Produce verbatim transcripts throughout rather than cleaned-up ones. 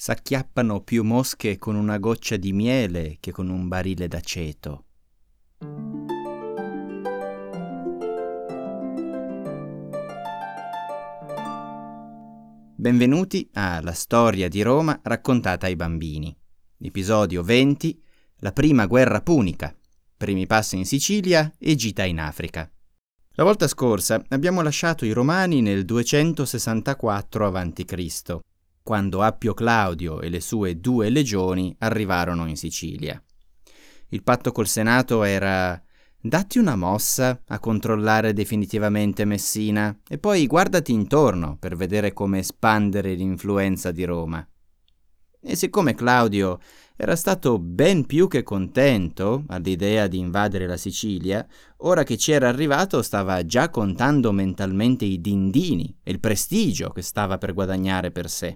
s'acchiappano più mosche con una goccia di miele che con un barile d'aceto. Benvenuti a La storia di Roma raccontata ai bambini. Episodio venti, la prima guerra punica, primi passi in Sicilia e gita in Africa. La volta scorsa abbiamo lasciato i Romani nel duecentosessantaquattro avanti Cristo, quando Appio Claudio e le sue due legioni arrivarono in Sicilia. Il patto col Senato era: datti una mossa a controllare definitivamente Messina e poi guardati intorno per vedere come espandere l'influenza di Roma. E siccome Claudio era stato ben più che contento all'idea di invadere la Sicilia, ora che ci era arrivato stava già contando mentalmente i dindini e il prestigio che stava per guadagnare per sé.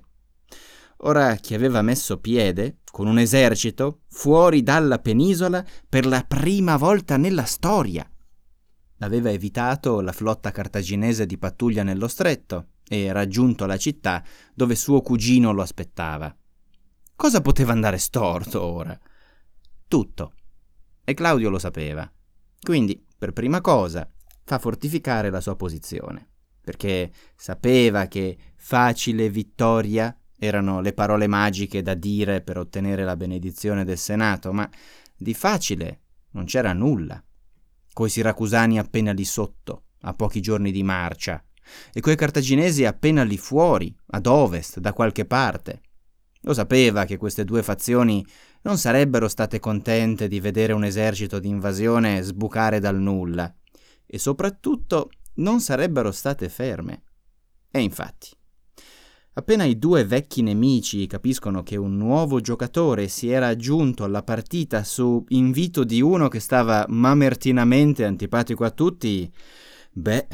Ora che aveva messo piede, con un esercito, fuori dalla penisola per la prima volta nella storia. Aveva evitato la flotta cartaginese di pattuglia nello stretto e raggiunto la città dove suo cugino lo aspettava. Cosa poteva andare storto ora? Tutto. E Claudio lo sapeva. Quindi, per prima cosa, fa fortificare la sua posizione, perché sapeva che facile vittoria erano le parole magiche da dire per ottenere la benedizione del Senato, ma di facile non c'era nulla. Coi siracusani appena lì sotto, a pochi giorni di marcia, e coi cartaginesi appena lì fuori, ad ovest, da qualche parte. Lo sapeva che queste due fazioni non sarebbero state contente di vedere un esercito di invasione sbucare dal nulla, e soprattutto non sarebbero state ferme. E infatti, appena i due vecchi nemici capiscono che un nuovo giocatore si era aggiunto alla partita su invito di uno che stava mamertinamente antipatico a tutti, beh...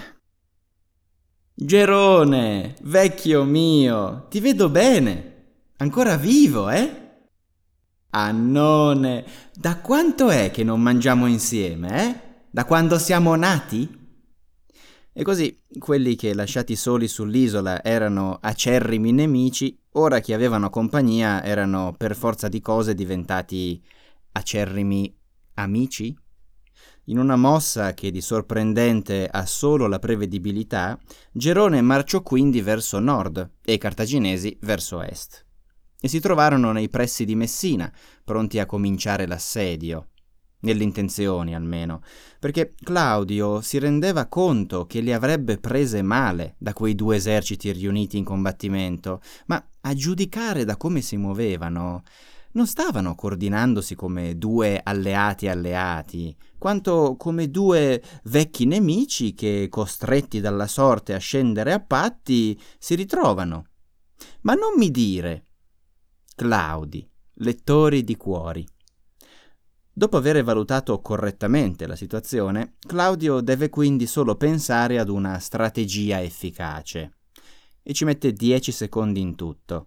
Gerone, vecchio mio, ti vedo bene! Ancora vivo, eh? Annone, da quanto è che non mangiamo insieme, eh? Da quando siamo nati? E così, quelli che lasciati soli sull'isola erano acerrimi nemici, ora che avevano compagnia erano per forza di cose diventati acerrimi amici? In una mossa che di sorprendente ha solo la prevedibilità, Gerone marciò quindi verso nord e i cartaginesi verso est. E si trovarono nei pressi di Messina, pronti a cominciare l'assedio. Nelle intenzioni almeno, perché Claudio si rendeva conto che li avrebbe prese male da quei due eserciti riuniti in combattimento, ma a giudicare da come si muovevano, non stavano coordinandosi come due alleati alleati, quanto come due vecchi nemici che, costretti dalla sorte a scendere a patti, si ritrovano. Ma non mi dire, Claudi, lettori di cuori. Dopo aver valutato correttamente la situazione, Claudio deve quindi solo pensare ad una strategia efficace e ci mette dieci secondi in tutto.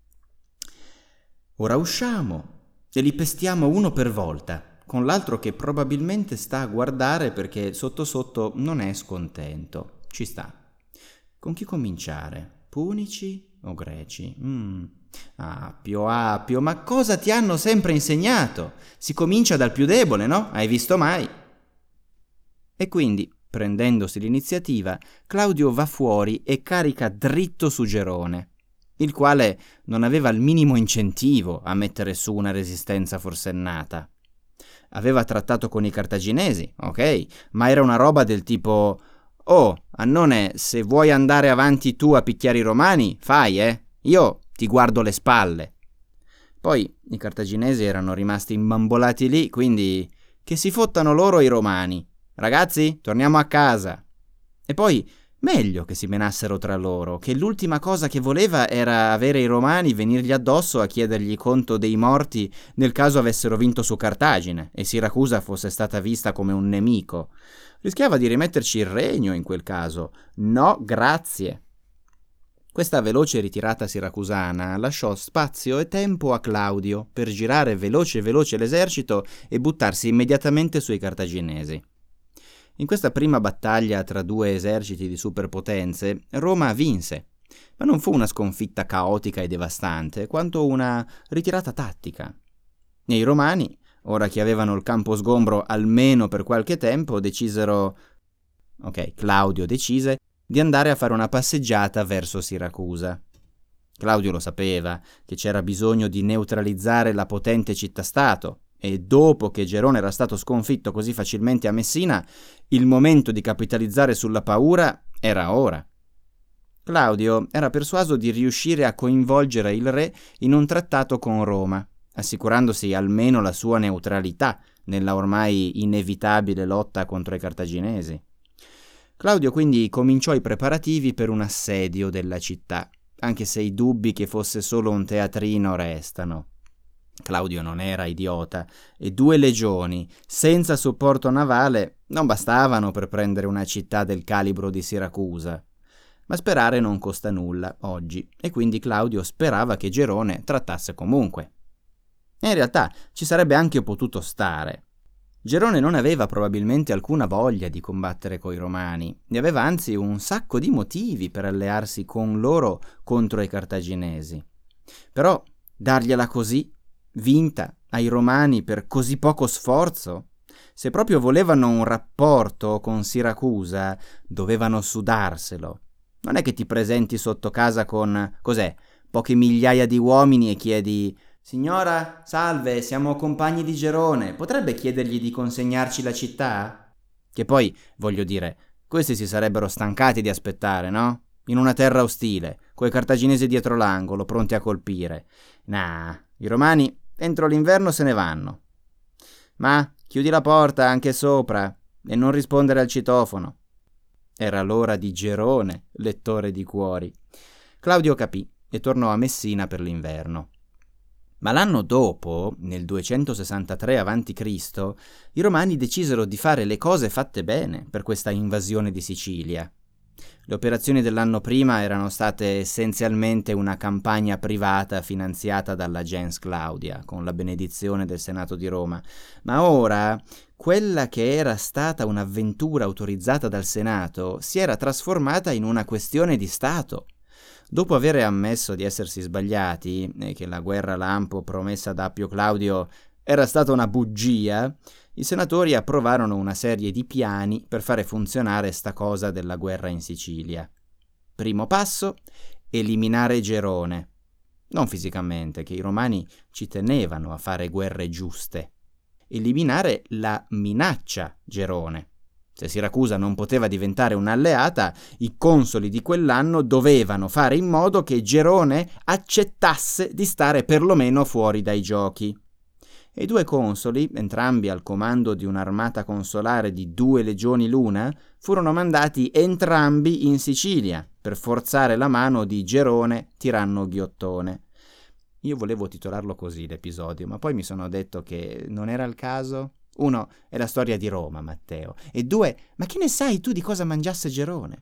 Ora usciamo e li pestiamo uno per volta, con l'altro che probabilmente sta a guardare perché sotto sotto non è scontento. Ci sta. Con chi cominciare? Punici o greci? Mm. Appio, Appio, ma cosa ti hanno sempre insegnato? Si comincia dal più debole, no? Hai visto mai? E quindi, prendendosi l'iniziativa, Claudio va fuori e carica dritto su Gerone, il quale non aveva il minimo incentivo a mettere su una resistenza forsennata. Aveva trattato con i cartaginesi, ok, ma era una roba del tipo: oh, Annone, se vuoi andare avanti tu a picchiare i romani, fai, eh? Io ti guardo le spalle. Poi i cartaginesi erano rimasti imbambolati lì, quindi che si fottano loro i romani. Ragazzi, torniamo a casa. E poi meglio che si menassero tra loro, che l'ultima cosa che voleva era avere i romani venirgli addosso a chiedergli conto dei morti nel caso avessero vinto su Cartagine e Siracusa fosse stata vista come un nemico. Rischiava di rimetterci il regno in quel caso. No, grazie. Questa veloce ritirata siracusana lasciò spazio e tempo a Claudio per girare veloce veloce l'esercito e buttarsi immediatamente sui cartaginesi. In questa prima battaglia tra due eserciti di superpotenze, Roma vinse, Ma non fu una sconfitta caotica e devastante, quanto una ritirata tattica. E i Romani, ora che avevano il campo sgombro almeno per qualche tempo, decisero, ok, Claudio decise, di andare a fare una passeggiata verso Siracusa. Claudio lo sapeva, che c'era bisogno di neutralizzare la potente città-stato, e dopo che Gerone era stato sconfitto così facilmente a Messina, il momento di capitalizzare sulla paura era ora. Claudio era persuaso di riuscire a coinvolgere il re in un trattato con Roma, assicurandosi almeno la sua neutralità nella ormai inevitabile lotta contro i cartaginesi. Claudio quindi cominciò i preparativi per un assedio della città, anche se i dubbi che fosse solo un teatrino restano. Claudio non era idiota e due legioni senza supporto navale non bastavano per prendere una città del calibro di Siracusa. Ma sperare non costa nulla oggi, e quindi Claudio sperava che Gerone trattasse comunque. E in realtà ci sarebbe anche potuto stare. Gerone non aveva probabilmente alcuna voglia di combattere coi Romani, ne aveva anzi un sacco di motivi per allearsi con loro contro i cartaginesi. Però dargliela così, vinta ai Romani per così poco sforzo? Se proprio volevano un rapporto con Siracusa, dovevano sudarselo. Non è che ti presenti sotto casa con, cos'è, poche migliaia di uomini e chiedi «Signora, salve, siamo compagni di Gerone, potrebbe chiedergli di consegnarci la città?» Che poi, voglio dire, questi si sarebbero stancati di aspettare, no? In una terra ostile, coi cartaginesi dietro l'angolo, pronti a colpire. Nah, i Romani entro l'inverno se ne vanno. Ma chiudi la porta anche sopra e non rispondere al citofono. Era l'ora di Gerone, lettore di cuori. Claudio capì e tornò a Messina per l'inverno. Ma l'anno dopo, nel duecentosessantatré avanti Cristo, i Romani decisero di fare le cose fatte bene per questa invasione di Sicilia. Le operazioni dell'anno prima erano state essenzialmente una campagna privata finanziata dalla gens Claudia, con la benedizione del Senato di Roma, ma ora quella che era stata un'avventura autorizzata dal Senato si era trasformata in una questione di Stato. Dopo aver ammesso di essersi sbagliati e che la guerra lampo promessa da Appio Claudio era stata una bugia, i senatori approvarono una serie di piani per fare funzionare sta cosa della guerra in Sicilia. Primo passo, eliminare Gerone. Non fisicamente, che i romani ci tenevano a fare guerre giuste. Eliminare la minaccia Gerone. Se Siracusa non poteva diventare un'alleata, i consoli di quell'anno dovevano fare in modo che Gerone accettasse di stare perlomeno fuori dai giochi. E i due consoli, entrambi al comando di un'armata consolare di due legioni l'una, furono mandati entrambi in Sicilia per forzare la mano di Gerone, tiranno ghiottone. Io volevo titolarlo così l'episodio, ma poi mi sono detto che non era il caso. Uno, è la storia di Roma, Matteo, e due, ma che ne sai tu di cosa mangiasse Gerone?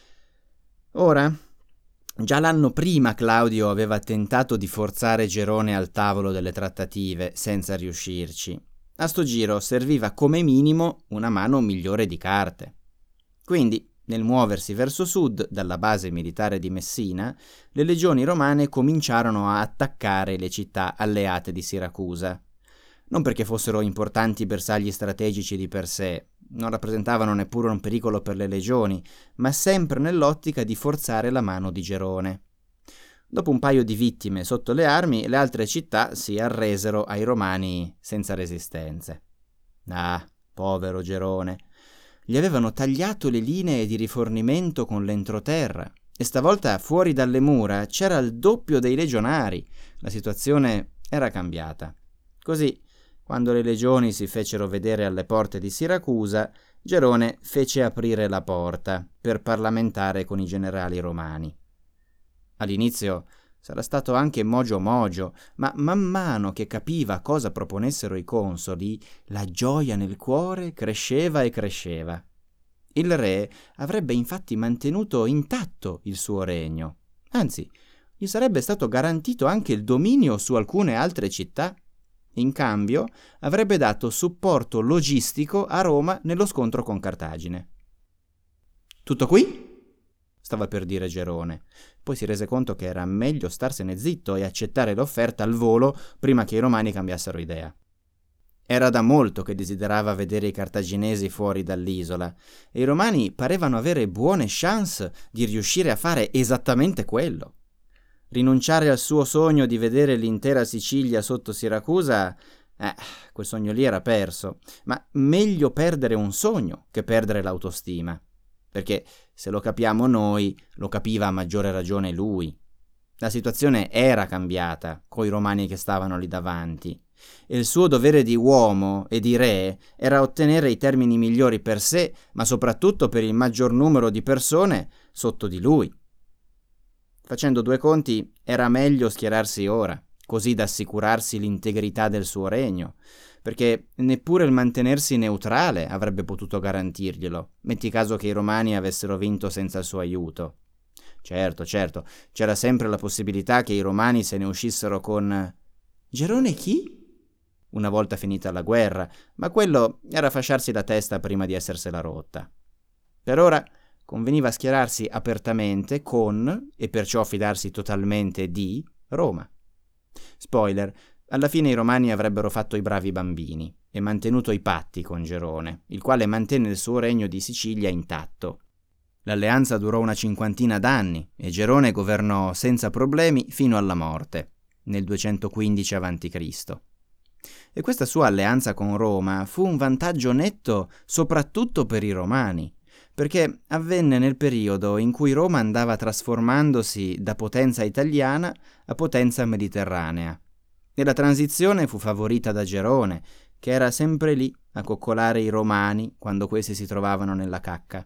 Ora, già l'anno prima Claudio aveva tentato di forzare Gerone al tavolo delle trattative, senza riuscirci. A sto giro serviva come minimo una mano migliore di carte. Quindi, nel muoversi verso sud, dalla base militare di Messina, le legioni romane cominciarono a attaccare le città alleate di Siracusa. Non perché fossero importanti bersagli strategici di per sé, non rappresentavano neppure un pericolo per le legioni, ma sempre nell'ottica di forzare la mano di Gerone. Dopo un paio di vittime sotto le armi, le altre città si arresero ai romani senza resistenze. Ah, povero Gerone! Gli avevano tagliato le linee di rifornimento con l'entroterra e stavolta fuori dalle mura c'era il doppio dei legionari. La situazione era cambiata. Così, quando le legioni si fecero vedere alle porte di Siracusa, Gerone fece aprire la porta per parlamentare con i generali romani. All'inizio sarà stato anche mogio mogio, ma man mano che capiva cosa proponessero i consoli, la gioia nel cuore cresceva e cresceva. Il re avrebbe infatti mantenuto intatto il suo regno, anzi, gli sarebbe stato garantito anche il dominio su alcune altre città. In cambio, avrebbe dato supporto logistico a Roma nello scontro con Cartagine. Tutto qui? Stava per dire Gerone. Poi si rese conto che era meglio starsene zitto e accettare l'offerta al volo prima che i romani cambiassero idea. Era da molto che desiderava vedere i cartaginesi fuori dall'isola, e i romani parevano avere buone chance di riuscire a fare esattamente quello. Rinunciare al suo sogno di vedere l'intera Sicilia sotto Siracusa, eh, quel sogno lì era perso, ma meglio perdere un sogno che perdere l'autostima, perché se lo capiamo noi, lo capiva a maggiore ragione lui. La situazione era cambiata coi romani che stavano lì davanti, e il suo dovere di uomo e di re era ottenere i termini migliori per sé, ma soprattutto per il maggior numero di persone sotto di lui. Facendo due conti, era meglio schierarsi ora, così da assicurarsi l'integrità del suo regno, perché neppure il mantenersi neutrale avrebbe potuto garantirglielo, metti caso che i romani avessero vinto senza il suo aiuto. Certo, certo, c'era sempre la possibilità che i romani se ne uscissero con «Gerone chi?» una volta finita la guerra, ma quello era fasciarsi la testa prima di essersela rotta. Per ora conveniva schierarsi apertamente con, e perciò fidarsi totalmente di, Roma. Spoiler, alla fine i romani avrebbero fatto i bravi bambini e mantenuto i patti con Gerone, il quale mantenne il suo regno di Sicilia intatto. L'alleanza durò una cinquantina d'anni e Gerone governò senza problemi fino alla morte, nel duecentoquindici avanti Cristo. E questa sua alleanza con Roma fu un vantaggio netto soprattutto per i romani, perché avvenne nel periodo in cui Roma andava trasformandosi da potenza italiana a potenza mediterranea, e la transizione fu favorita da Gerone, che era sempre lì a coccolare i romani quando questi si trovavano nella cacca.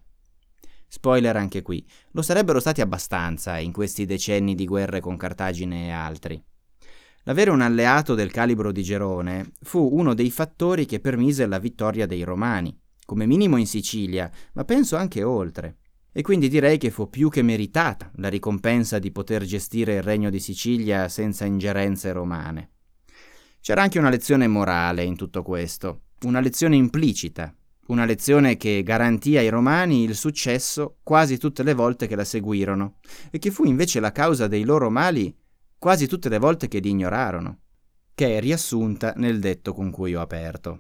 Spoiler anche qui, lo sarebbero stati abbastanza in questi decenni di guerre con Cartagine e altri. L'avere un alleato del calibro di Gerone fu uno dei fattori che permise la vittoria dei Romani, come minimo in Sicilia, ma penso anche oltre. E quindi direi che fu più che meritata la ricompensa di poter gestire il regno di Sicilia senza ingerenze romane. C'era anche una lezione morale in tutto questo, una lezione implicita, una lezione che garantì ai Romani il successo quasi tutte le volte che la seguirono, e che fu invece la causa dei loro mali quasi tutte le volte che li ignorarono, che è riassunta nel detto con cui ho aperto.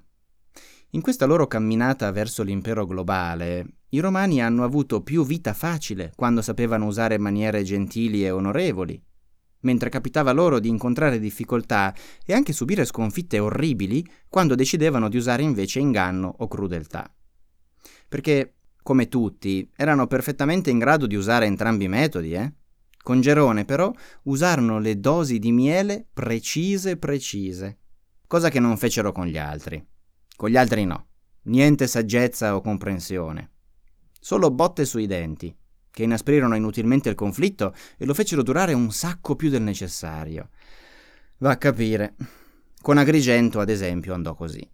In questa loro camminata verso l'impero globale, i romani hanno avuto più vita facile quando sapevano usare maniere gentili e onorevoli, mentre capitava loro di incontrare difficoltà e anche subire sconfitte orribili quando decidevano di usare invece inganno o crudeltà. Perché, come tutti, erano perfettamente in grado di usare entrambi i metodi, eh? Con Gerone, però, usarono le dosi di miele precise precise, cosa che non fecero con gli altri. Con gli altri no, niente saggezza o comprensione. Solo botte sui denti, che inasprirono inutilmente il conflitto e lo fecero durare un sacco più del necessario. Va a capire. Con Agrigento, ad esempio, andò così.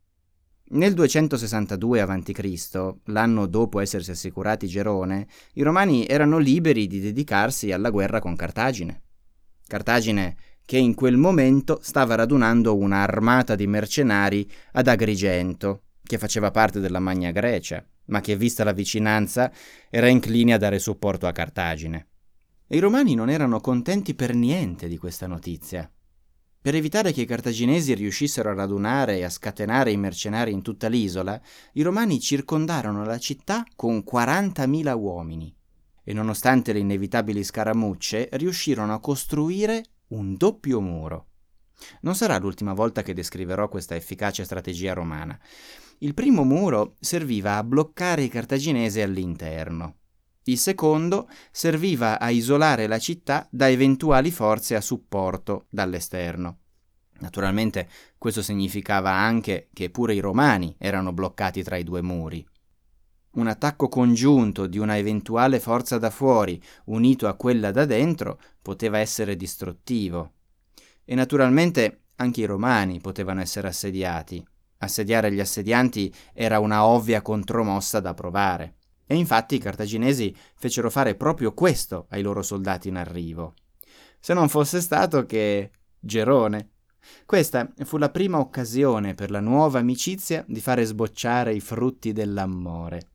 Nel duecentosessantadue avanti Cristo, l'anno dopo essersi assicurati Gerone, i romani erano liberi di dedicarsi alla guerra con Cartagine. Cartagine che in quel momento stava radunando una armata di mercenari ad Agrigento, che faceva parte della Magna Grecia, ma che, vista la vicinanza, era incline a dare supporto a Cartagine. E i romani non erano contenti per niente di questa notizia. Per evitare che i cartaginesi riuscissero a radunare e a scatenare i mercenari in tutta l'isola, i romani circondarono la città con quarantamila uomini e, nonostante le inevitabili scaramucce, riuscirono a costruire un doppio muro. Non sarà l'ultima volta che descriverò questa efficace strategia romana. Il primo muro serviva a bloccare i cartaginesi all'interno. Il secondo serviva a isolare la città da eventuali forze a supporto dall'esterno. Naturalmente questo significava anche che pure i romani erano bloccati tra i due muri. Un attacco congiunto di una eventuale forza da fuori, unito a quella da dentro, poteva essere distruttivo. E naturalmente anche i romani potevano essere assediati. Assediare gli assedianti era una ovvia contromossa da provare. E infatti i cartaginesi fecero fare proprio questo ai loro soldati in arrivo. Se non fosse stato che Gerone. Questa fu la prima occasione per la nuova amicizia di fare sbocciare i frutti dell'amore.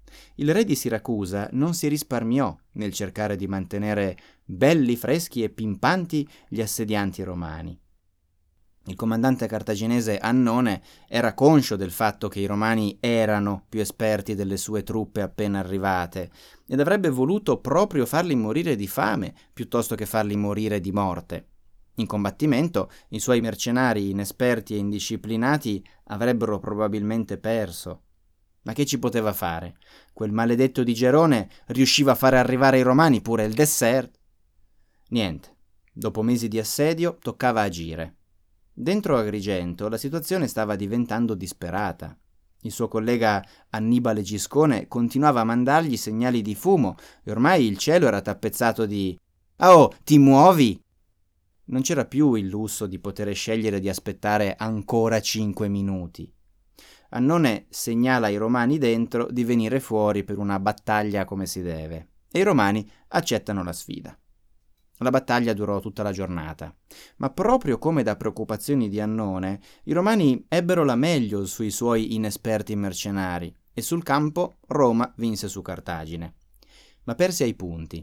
Il re di Siracusa non si risparmiò nel cercare di mantenere belli, freschi e pimpanti gli assedianti romani. Il comandante cartaginese Annone era conscio del fatto che i romani erano più esperti delle sue truppe appena arrivate ed avrebbe voluto proprio farli morire di fame piuttosto che farli morire di morte. In combattimento i suoi mercenari inesperti e indisciplinati avrebbero probabilmente perso. Ma che ci poteva fare? Quel maledetto di Gerone riusciva a fare arrivare ai romani pure il dessert. Niente, dopo mesi di assedio toccava agire. Dentro Agrigento la situazione stava diventando disperata. Il suo collega Annibale Giscone continuava a mandargli segnali di fumo e ormai il cielo era tappezzato di «Oh, ti muovi!». Non c'era più il lusso di poter scegliere di aspettare ancora cinque minuti. Annone segnala ai romani dentro di venire fuori per una battaglia come si deve e i romani accettano la sfida. La battaglia durò tutta la giornata, ma proprio come da preoccupazioni di Annone, i romani ebbero la meglio sui suoi inesperti mercenari e sul campo Roma vinse su Cartagine, ma perse ai punti.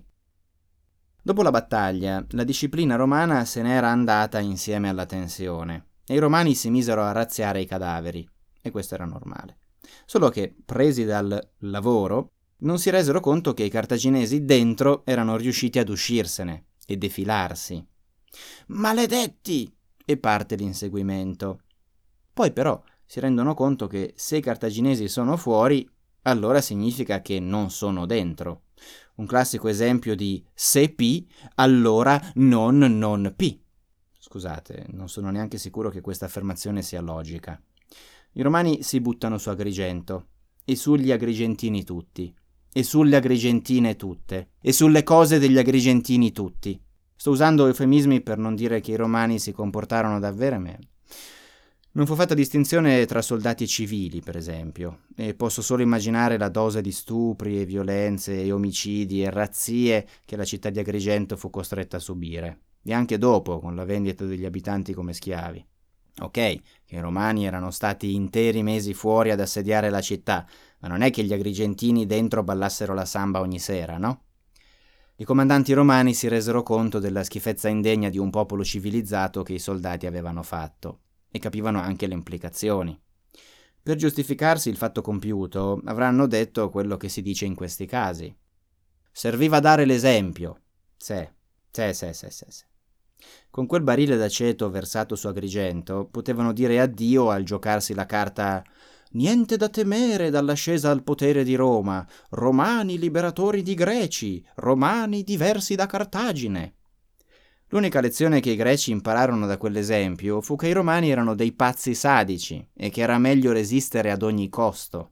Dopo la battaglia, la disciplina romana se n'era andata insieme alla tensione e i romani si misero a razziare i cadaveri, e questo era normale. Solo che, presi dal lavoro, non si resero conto che i cartaginesi dentro erano riusciti ad uscirsene e defilarsi. «Maledetti!» e parte l'inseguimento. Poi però si rendono conto che se i cartaginesi sono fuori, allora significa che non sono dentro. Un classico esempio di se P, allora non non P. Scusate, non sono neanche sicuro che questa affermazione sia logica. I romani si buttano su Agrigento, e sugli agrigentini tutti, e sulle agrigentine tutte, e sulle cose degli agrigentini tutti. Sto usando eufemismi per non dire che i romani si comportarono davvero meglio. Non fu fatta distinzione tra soldati civili, per esempio, e posso solo immaginare la dose di stupri e violenze e omicidi e razzie che la città di Agrigento fu costretta a subire, e anche dopo, con la vendita degli abitanti come schiavi. Ok, che i romani erano stati interi mesi fuori ad assediare la città, ma non è che gli agrigentini dentro ballassero la samba ogni sera, no? I comandanti romani si resero conto della schifezza indegna di un popolo civilizzato che i soldati avevano fatto, e capivano anche le implicazioni. Per giustificarsi il fatto compiuto, avranno detto quello che si dice in questi casi. Serviva dare l'esempio. Sì, sì, sì, sì, sì, sì. Con quel barile d'aceto versato su Agrigento, potevano dire addio al giocarsi la carta «Niente da temere dall'ascesa al potere di Roma, romani liberatori di greci, romani diversi da Cartagine». L'unica lezione che i greci impararono da quell'esempio fu che i romani erano dei pazzi sadici e che era meglio resistere ad ogni costo.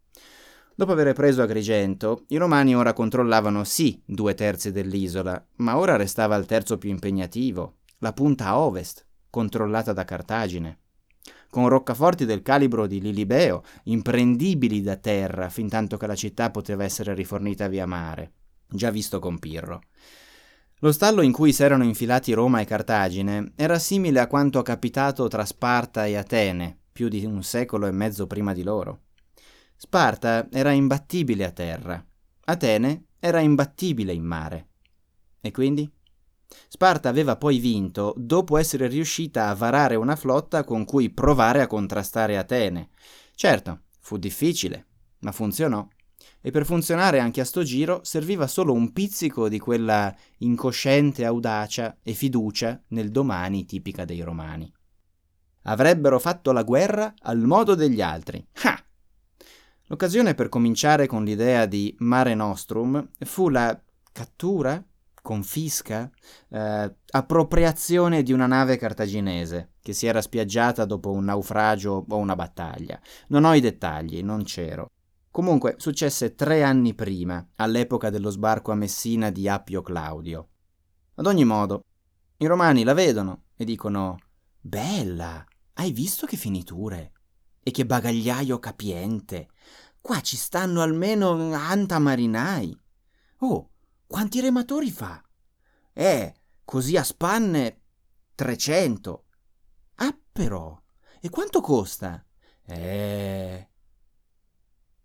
Dopo aver preso Agrigento, i romani ora controllavano sì due terzi dell'isola, ma ora restava il terzo più impegnativo, la punta a ovest, controllata da Cartagine, con roccaforti del calibro di Lilibeo, imprendibili da terra fintanto che la città poteva essere rifornita via mare, già visto con Pirro. Lo stallo in cui s'erano infilati Roma e Cartagine era simile a quanto capitato tra Sparta e Atene, più di un secolo e mezzo prima di loro. Sparta era imbattibile a terra, Atene era imbattibile in mare. E quindi? Sparta aveva poi vinto dopo essere riuscita a varare una flotta con cui provare a contrastare Atene. Certo, fu difficile, ma funzionò. E per funzionare anche a sto giro serviva solo un pizzico di quella incosciente audacia e fiducia nel domani tipica dei romani. Avrebbero fatto la guerra al modo degli altri. Ah! L'occasione per cominciare con l'idea di Mare Nostrum fu la cattura, confisca, eh, appropriazione di una nave cartaginese che si era spiaggiata dopo un naufragio o una battaglia. Non ho i dettagli, non c'ero. Comunque successe tre anni prima, all'epoca dello sbarco a Messina di Appio Claudio. Ad ogni modo, i romani la vedono e dicono «Bella, hai visto che finiture? E che bagagliaio capiente! Qua ci stanno almeno anta marinai! Oh, quanti rematori fa? Eh, così a spanne trecento! Ah, però! E quanto costa? Eh...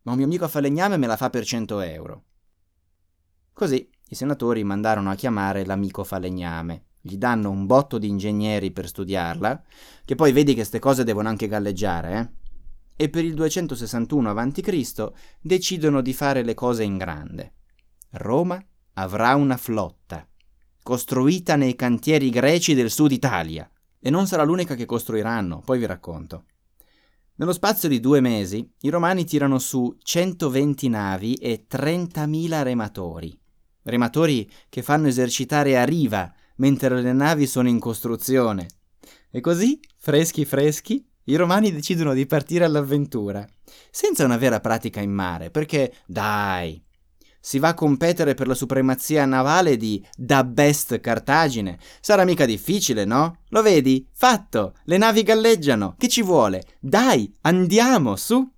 ma un mio amico a falegname me la fa per cento euro. Così i senatori mandarono a chiamare l'amico falegname. Gli danno un botto di ingegneri per studiarla, che poi vedi che ste cose devono anche galleggiare, eh? E per il duecentosessantuno avanti Cristo decidono di fare le cose in grande. Roma avrà una flotta, costruita nei cantieri greci del sud Italia, e non sarà l'unica che costruiranno, poi vi racconto. Nello spazio di due mesi, i romani tirano su centoventi navi e trentamila rematori. Rematori che fanno esercitare a riva, mentre le navi sono in costruzione. E così, freschi freschi, i romani decidono di partire all'avventura, senza una vera pratica in mare, perché, dai, si va a competere per la supremazia navale di Da Best Cartagine. Sarà mica difficile, no? Lo vedi? Fatto! Le navi galleggiano! Che ci vuole? Dai, andiamo, su!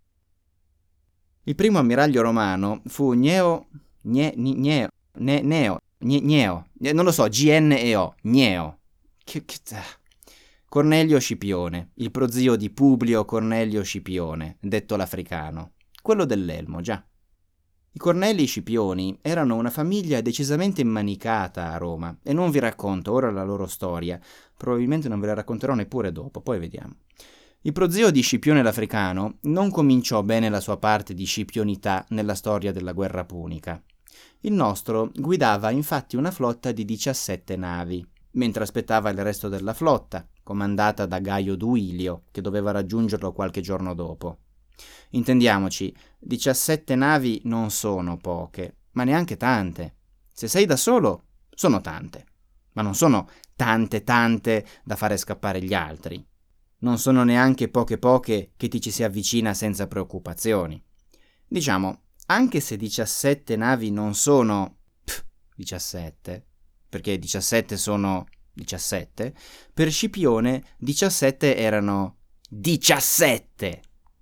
Il primo ammiraglio romano fu Gneo... Gne, Gneo... Ne, Neo... Gne, Gneo... Non lo so, G N E O. Gneo. Che... che Cornelio Scipione, il prozio di Publio Cornelio Scipione, detto l'Africano. Quello dell'elmo, già. I Cornelii Scipioni erano una famiglia decisamente immanicata a Roma, e non vi racconto ora la loro storia, probabilmente non ve la racconterò neppure dopo, poi vediamo. Il prozio di Scipione l'Africano non cominciò bene la sua parte di scipionità nella storia della guerra punica. Il nostro guidava infatti una flotta di diciassette navi, mentre aspettava il resto della flotta, comandata da Gaio Duilio, che doveva raggiungerlo qualche giorno dopo. Intendiamoci, diciassette navi non sono poche, ma neanche tante. Se sei da solo, sono tante, ma non sono tante tante da fare scappare gli altri. Non sono neanche poche poche che ti ci si avvicina senza preoccupazioni. Diciamo, anche se diciassette navi non sono pff, diciassette, perché diciassette sono diciassette, per Scipione diciassette erano diciassette.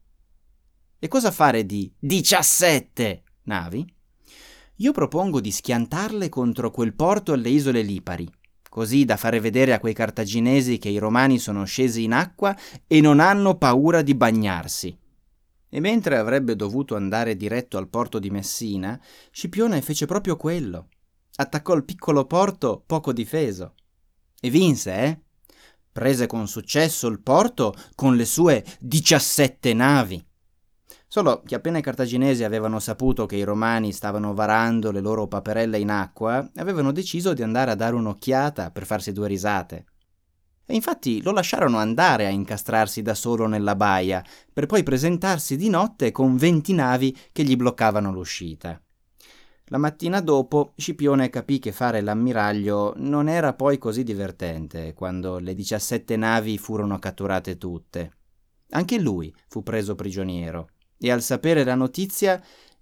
E cosa fare di diciassette navi? Io propongo di schiantarle contro quel porto alle isole Lipari, così da fare vedere a quei cartaginesi che i romani sono scesi in acqua e non hanno paura di bagnarsi. E mentre avrebbe dovuto andare diretto al porto di Messina, Scipione fece proprio quello. Attaccò il piccolo porto poco difeso. E vinse, eh? Prese con successo il porto con le sue diciassette navi. Solo che appena i cartaginesi avevano saputo che i romani stavano varando le loro paperelle in acqua, avevano deciso di andare a dare un'occhiata per farsi due risate. E infatti lo lasciarono andare a incastrarsi da solo nella baia, per poi presentarsi di notte con venti navi che gli bloccavano l'uscita. La mattina dopo Scipione capì che fare l'ammiraglio non era poi così divertente, quando le diciassette navi furono catturate tutte. Anche lui fu preso prigioniero. E al sapere la notizia,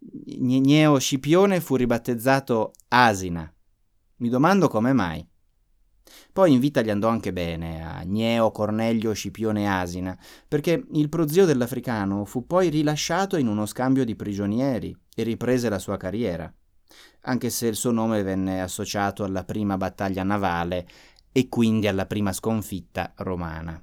Gneo Scipione fu ribattezzato Asina. Mi domando come mai. Poi in vita gli andò anche bene a Gneo Cornelio Scipione Asina, perché il prozio dell'Africano fu poi rilasciato in uno scambio di prigionieri e riprese la sua carriera, anche se il suo nome venne associato alla prima battaglia navale e quindi alla prima sconfitta romana.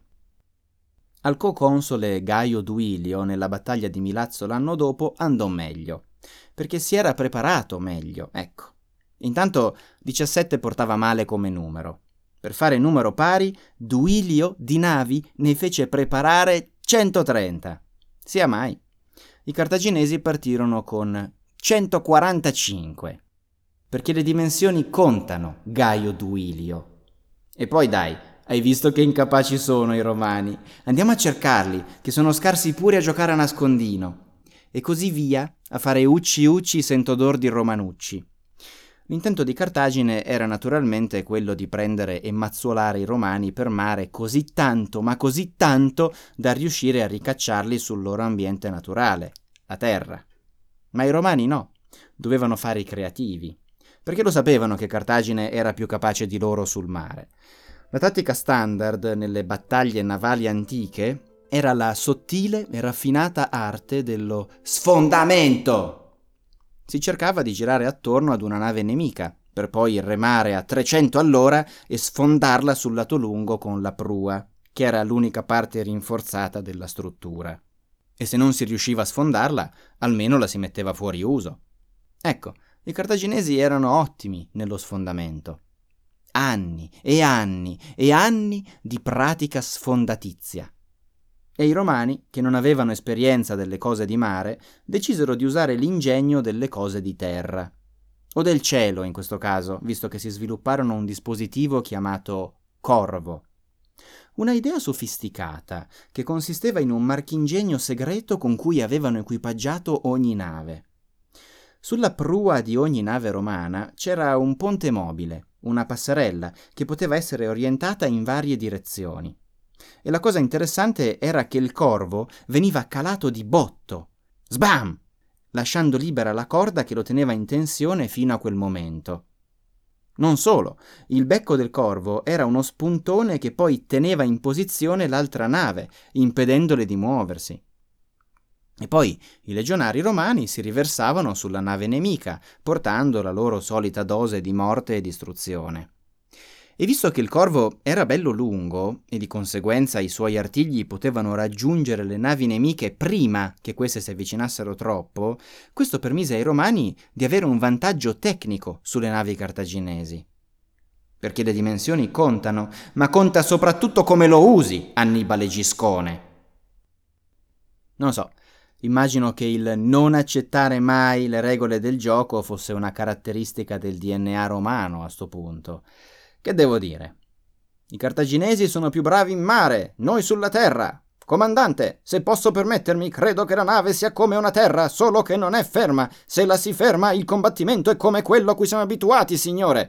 Al co-console Gaio Duilio nella battaglia di Milazzo l'anno dopo andò meglio, perché si era preparato meglio, ecco. Intanto diciassette portava male come numero. Per fare numero pari, Duilio di navi ne fece preparare centotrenta. Sia mai. I cartaginesi partirono con centoquarantacinque, perché le dimensioni contano, Gaio Duilio. E poi dai, hai visto che incapaci sono i romani? Andiamo a cercarli, che sono scarsi pure a giocare a nascondino. E così via, a fare ucci ucci sent'odor di romanucci. L'intento di Cartagine era naturalmente quello di prendere e mazzolare i romani per mare così tanto, ma così tanto, da riuscire a ricacciarli sul loro ambiente naturale, la terra. Ma i romani no, dovevano fare i creativi, perché lo sapevano che Cartagine era più capace di loro sul mare. La tattica standard nelle battaglie navali antiche era la sottile e raffinata arte dello sfondamento. Si cercava di girare attorno ad una nave nemica, per poi remare a trecento all'ora e sfondarla sul lato lungo con la prua, che era l'unica parte rinforzata della struttura. e se non si riusciva a sfondarla, almeno la si metteva fuori uso. Ecco, i cartaginesi erano ottimi nello sfondamento. Anni e anni e anni di pratica sfondatizia. E i romani, che non avevano esperienza delle cose di mare, decisero di usare l'ingegno delle cose di terra. O del cielo in questo caso, visto che si svilupparono un dispositivo chiamato corvo. Una idea sofisticata, che consisteva in un marchingegno segreto con cui avevano equipaggiato ogni nave. Sulla prua di ogni nave romana c'era un ponte mobile, una passerella, che poteva essere orientata in varie direzioni. E la cosa interessante era che il corvo veniva calato di botto, sbam, lasciando libera la corda che lo teneva in tensione fino a quel momento. Non solo, il becco del corvo era uno spuntone che poi teneva in posizione l'altra nave, impedendole di muoversi. E poi i legionari romani si riversavano sulla nave nemica, portando la loro solita dose di morte e distruzione. E visto che il corvo era bello lungo, e di conseguenza i suoi artigli potevano raggiungere le navi nemiche prima che queste si avvicinassero troppo, questo permise ai romani di avere un vantaggio tecnico sulle navi cartaginesi. Perché le dimensioni contano, ma conta soprattutto come lo usi, Annibale Giscone. Non so, immagino che il non accettare mai le regole del gioco fosse una caratteristica del D N A romano a sto punto. Che devo dire? I cartaginesi sono più bravi in mare, noi sulla terra. Comandante, se posso permettermi, credo che la nave sia come una terra, solo che non è ferma. Se la si ferma, il combattimento è come quello a cui siamo abituati, signore.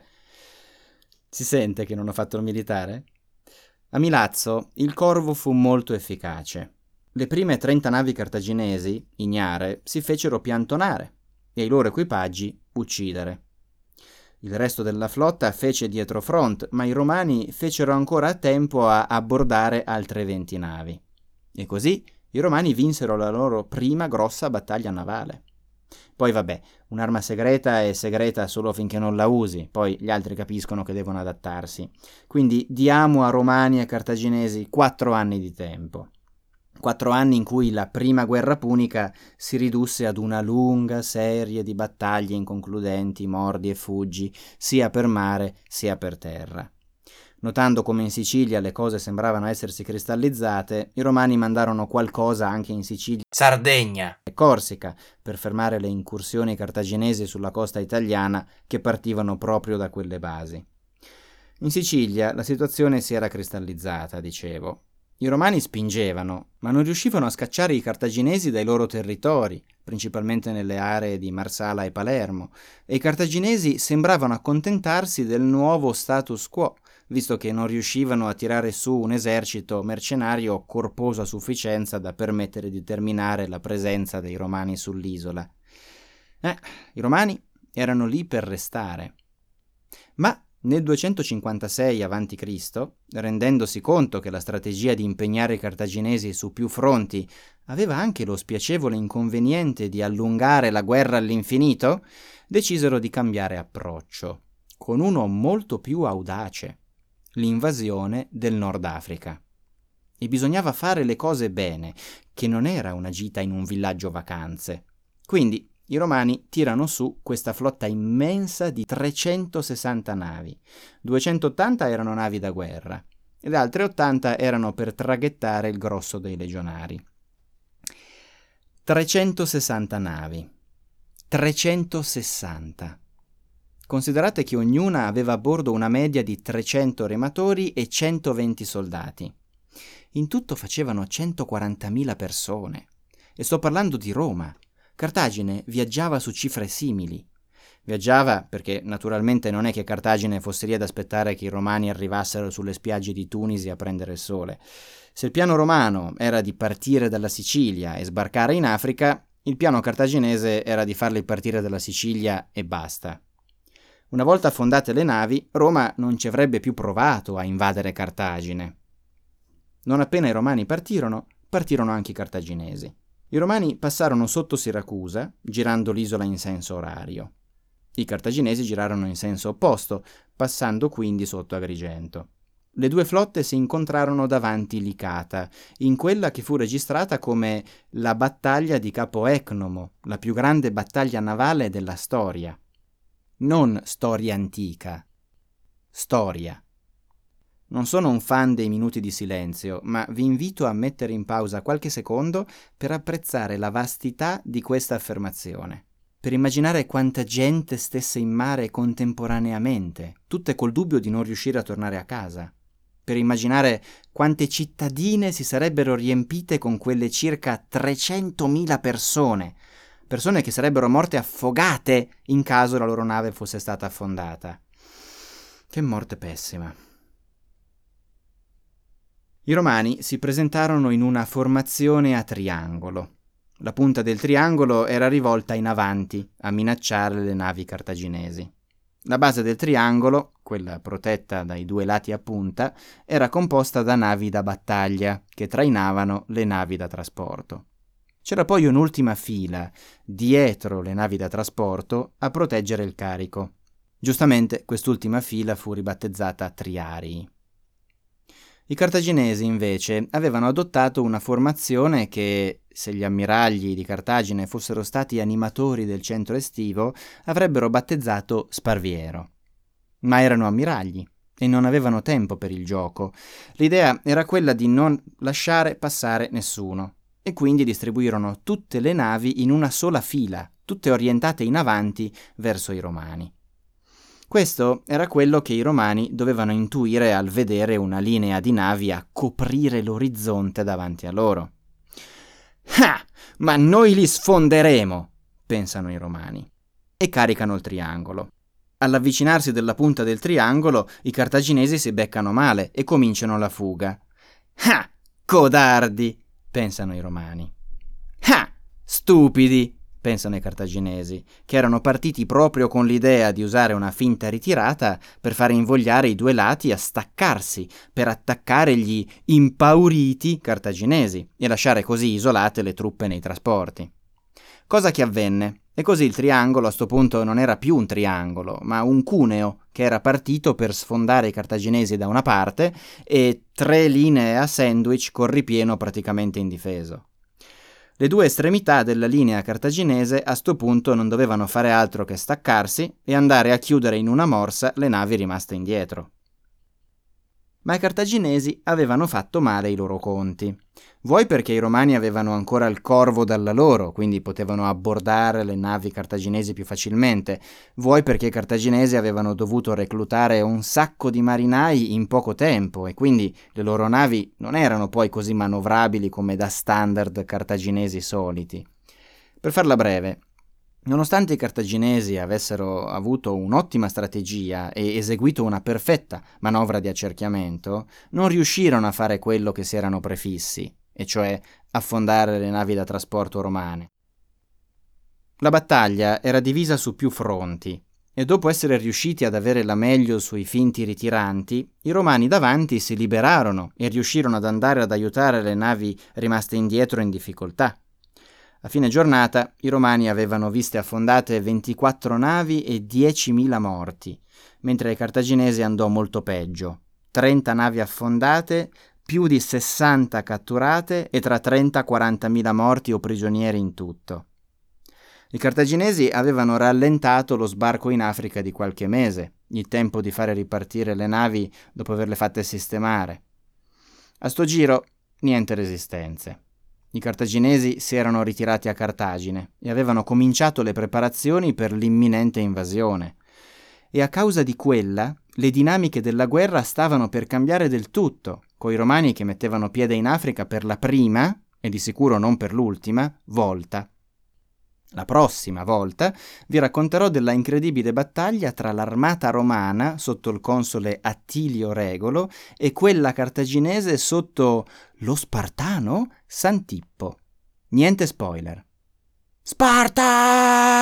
Si sente che non ho fatto il militare? A Milazzo il corvo fu molto efficace. Le prime trenta navi cartaginesi, ignare, si fecero piantonare e i loro equipaggi uccidere. Il resto della flotta fece dietro front, ma i romani fecero ancora a tempo a abbordare altre venti navi. E così i romani vinsero la loro prima grossa battaglia navale. Poi vabbè, un'arma segreta è segreta solo finché non la usi, poi gli altri capiscono che devono adattarsi. Quindi diamo a romani e cartaginesi quattro anni di tempo. Quattro anni in cui la prima guerra punica si ridusse ad una lunga serie di battaglie inconcludenti, mordi e fuggi, sia per mare sia per terra. Notando come in Sicilia le cose sembravano essersi cristallizzate, i romani mandarono qualcosa anche in Sicilia, Sardegna e Corsica, per fermare le incursioni cartaginesi sulla costa italiana che partivano proprio da quelle basi. In Sicilia la situazione si era cristallizzata, dicevo. I romani spingevano, ma non riuscivano a scacciare i cartaginesi dai loro territori, principalmente nelle aree di Marsala e Palermo, e i cartaginesi sembravano accontentarsi del nuovo status quo, visto che non riuscivano a tirare su un esercito mercenario corposo a sufficienza da permettere di terminare la presenza dei romani sull'isola. Eh, i romani erano lì per restare. Ma nel duecentocinquantasei avanti Cristo, rendendosi conto che la strategia di impegnare i cartaginesi su più fronti aveva anche lo spiacevole inconveniente di allungare la guerra all'infinito, decisero di cambiare approccio, con uno molto più audace: l'invasione del Nord Africa. E bisognava fare le cose bene, che non era una gita in un villaggio vacanze. Quindi i romani tirano su questa flotta immensa di trecentosessanta navi. duecentottanta erano navi da guerra e le altre ottanta erano per traghettare il grosso dei legionari. trecentosessanta navi. trecentosessanta. Considerate che ognuna aveva a bordo una media di trecento rematori e centoventi soldati. In tutto facevano centoquarantamila persone. E sto parlando di Roma. Cartagine viaggiava su cifre simili. Viaggiava perché naturalmente non è che Cartagine fosse lì ad aspettare che i romani arrivassero sulle spiagge di Tunisi a prendere il sole. Se il piano romano era di partire dalla Sicilia e sbarcare in Africa, il piano cartaginese era di farli partire dalla Sicilia e basta. Una volta affondate le navi, Roma non ci avrebbe più provato a invadere Cartagine. Non appena i romani partirono, partirono anche i cartaginesi. I romani passarono sotto Siracusa, girando l'isola in senso orario. I cartaginesi girarono in senso opposto, passando quindi sotto Agrigento. le due flotte si incontrarono davanti Licata, in quella che fu registrata come la battaglia di Capo Ecnomo, la più grande battaglia navale della storia. Non storia antica, storia. Non sono un fan dei minuti di silenzio, ma vi invito a mettere in pausa qualche secondo per apprezzare la vastità di questa affermazione, per immaginare quanta gente stesse in mare contemporaneamente, tutte col dubbio di non riuscire a tornare a casa, per immaginare quante cittadine si sarebbero riempite con quelle circa trecentomila persone, persone che sarebbero morte affogate in caso la loro nave fosse stata affondata. Che morte pessima. I Romani si presentarono in una formazione a triangolo. La punta del triangolo era rivolta in avanti a minacciare le navi cartaginesi. La base del triangolo, quella protetta dai due lati a punta, era composta da navi da battaglia che trainavano le navi da trasporto. C'era poi un'ultima fila, dietro le navi da trasporto, a proteggere il carico. Giustamente quest'ultima fila fu ribattezzata Triarii. I cartaginesi, invece, avevano adottato una formazione che, se gli ammiragli di Cartagine fossero stati animatori del centro estivo, avrebbero battezzato Sparviero. Ma erano ammiragli e non avevano tempo per il gioco. L'idea era quella di non lasciare passare nessuno, e quindi distribuirono tutte le navi in una sola fila, tutte orientate in avanti verso i Romani. Questo era quello che i Romani dovevano intuire al vedere una linea di navi a coprire l'orizzonte davanti a loro. Ah, ma noi li sfonderemo, pensano i Romani, e caricano il triangolo. All'avvicinarsi della punta del triangolo, i cartaginesi si beccano male e cominciano la fuga. Ah, codardi, pensano i Romani. Ah, stupidi, pensano i cartaginesi, che erano partiti proprio con l'idea di usare una finta ritirata per fare invogliare i due lati a staccarsi, per attaccare gli impauriti cartaginesi e lasciare così isolate le truppe nei trasporti. Cosa che avvenne, e così il triangolo a sto punto non era più un triangolo, ma un cuneo che era partito per sfondare i cartaginesi da una parte e tre linee a sandwich con ripieno praticamente indifeso. Le due estremità della linea cartaginese a sto punto non dovevano fare altro che staccarsi e andare a chiudere in una morsa le navi rimaste indietro. Ma i cartaginesi avevano fatto male i loro conti. Vuoi perché i Romani avevano ancora il corvo dalla loro, quindi potevano abbordare le navi cartaginesi più facilmente, vuoi perché i cartaginesi avevano dovuto reclutare un sacco di marinai in poco tempo e quindi le loro navi non erano poi così manovrabili come da standard cartaginesi soliti. Per farla breve, nonostante i cartaginesi avessero avuto un'ottima strategia e eseguito una perfetta manovra di accerchiamento, non riuscirono a fare quello che si erano prefissi, e cioè affondare le navi da trasporto romane. La battaglia era divisa su più fronti, e dopo essere riusciti ad avere la meglio sui finti ritiranti, i Romani davanti si liberarono e riuscirono ad andare ad aiutare le navi rimaste indietro in difficoltà. A fine giornata i Romani avevano viste affondate ventiquattro navi e diecimila morti, mentre ai cartaginesi andò molto peggio. trenta navi affondate, più di sessanta catturate e tra trenta e quarantamila morti o prigionieri in tutto. I cartaginesi avevano rallentato lo sbarco in Africa di qualche mese, il tempo di fare ripartire le navi dopo averle fatte sistemare. A sto giro niente resistenze. I cartaginesi si erano ritirati a Cartagine e avevano cominciato le preparazioni per l'imminente invasione. E a causa di quella, le dinamiche della guerra stavano per cambiare del tutto, coi Romani che mettevano piede in Africa per la prima, e di sicuro non per l'ultima, volta. La prossima volta vi racconterò della incredibile battaglia tra l'armata romana sotto il console Attilio Regolo e quella cartaginese sotto lo spartano Santippo. Niente spoiler. Sparta!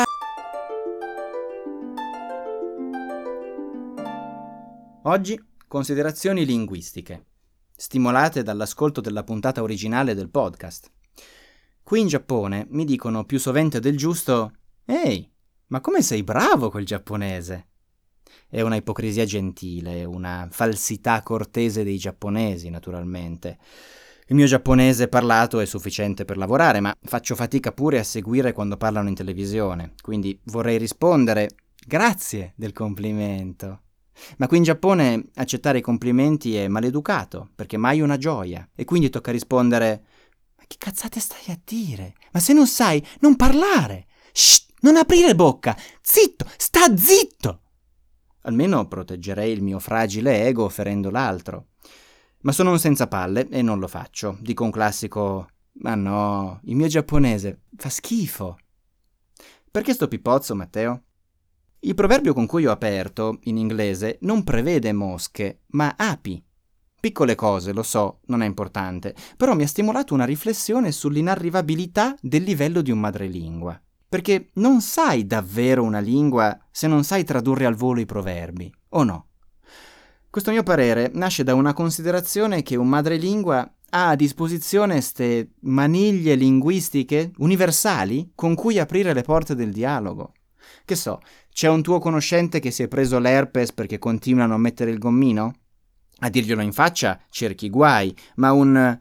Oggi considerazioni linguistiche, stimolate dall'ascolto della puntata originale del podcast. Qui in Giappone mi dicono più sovente del giusto «Ehi, ma come sei bravo col giapponese!» È una ipocrisia gentile, una falsità cortese dei giapponesi, naturalmente. Il mio giapponese parlato è sufficiente per lavorare, ma faccio fatica pure a seguire quando parlano in televisione, quindi vorrei rispondere grazie del complimento. Ma qui in Giappone accettare i complimenti è maleducato, perché mai una gioia, e quindi tocca rispondere: ma che cazzate stai a dire? Ma se non sai, non parlare! Shh, non aprire bocca! Zitto, sta zitto! Almeno proteggerei il mio fragile ego ferendo l'altro. Ma sono un senza palle e non lo faccio. Dico un classico: ma no, il mio giapponese fa schifo. Perché sto pipozzo, Matteo? Il proverbio con cui ho aperto, in inglese, non prevede mosche, ma api. Piccole cose, lo so, non è importante, però mi ha stimolato una riflessione sull'inarrivabilità del livello di un madrelingua. Perché non sai davvero una lingua se non sai tradurre al volo i proverbi, o no? Questo mio parere nasce da una considerazione che un madrelingua ha a disposizione ste maniglie linguistiche universali con cui aprire le porte del dialogo. Che so, c'è un tuo conoscente che si è preso l'herpes perché continua a non mettere il gommino? A dirglielo in faccia cerchi guai, ma un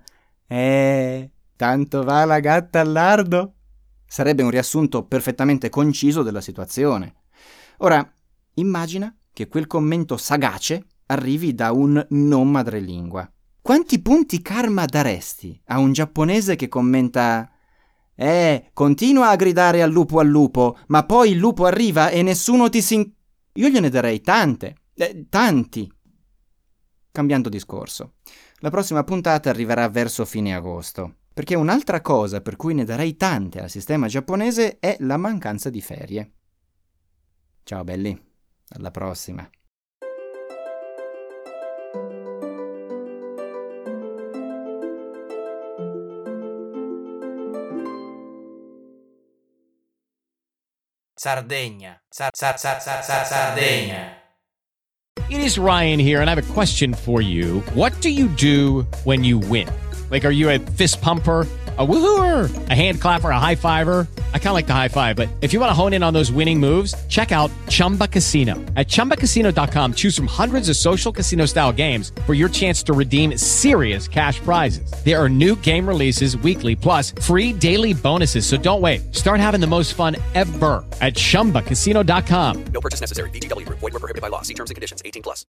Eh, tanto va la gatta al lardo sarebbe un riassunto perfettamente conciso della situazione. Ora, immagina che quel commento sagace arrivi da un non madrelingua. Quanti punti karma daresti a un giapponese che commenta: Eh, continua a gridare al lupo al lupo, ma poi il lupo arriva e nessuno ti sin... Io gliene darei tante, eh, tanti. Cambiando discorso, la prossima puntata arriverà verso fine agosto, perché un'altra cosa per cui ne darei tante al sistema giapponese è la mancanza di ferie. Ciao belli, alla prossima. Sardegna, Sar- Sar- Sar- Sar- Sar- Sardegna. It is Ryan here, and I have a question for you. What do you do when you win? Like, are you a fist pumper, a woohooer, a hand clapper, a high fiver? I kind of like the high five, but if you want to hone in on those winning moves, check out Chumba Casino. At chumba casino dot com, choose from hundreds of social casino style games for your chance to redeem serious cash prizes. There are new game releases weekly, plus free daily bonuses. So don't wait. Start having the most fun ever at chumba casino dot com. No purchase necessary. V G W Group. Void where prohibited by law. See terms and conditions. eighteen plus.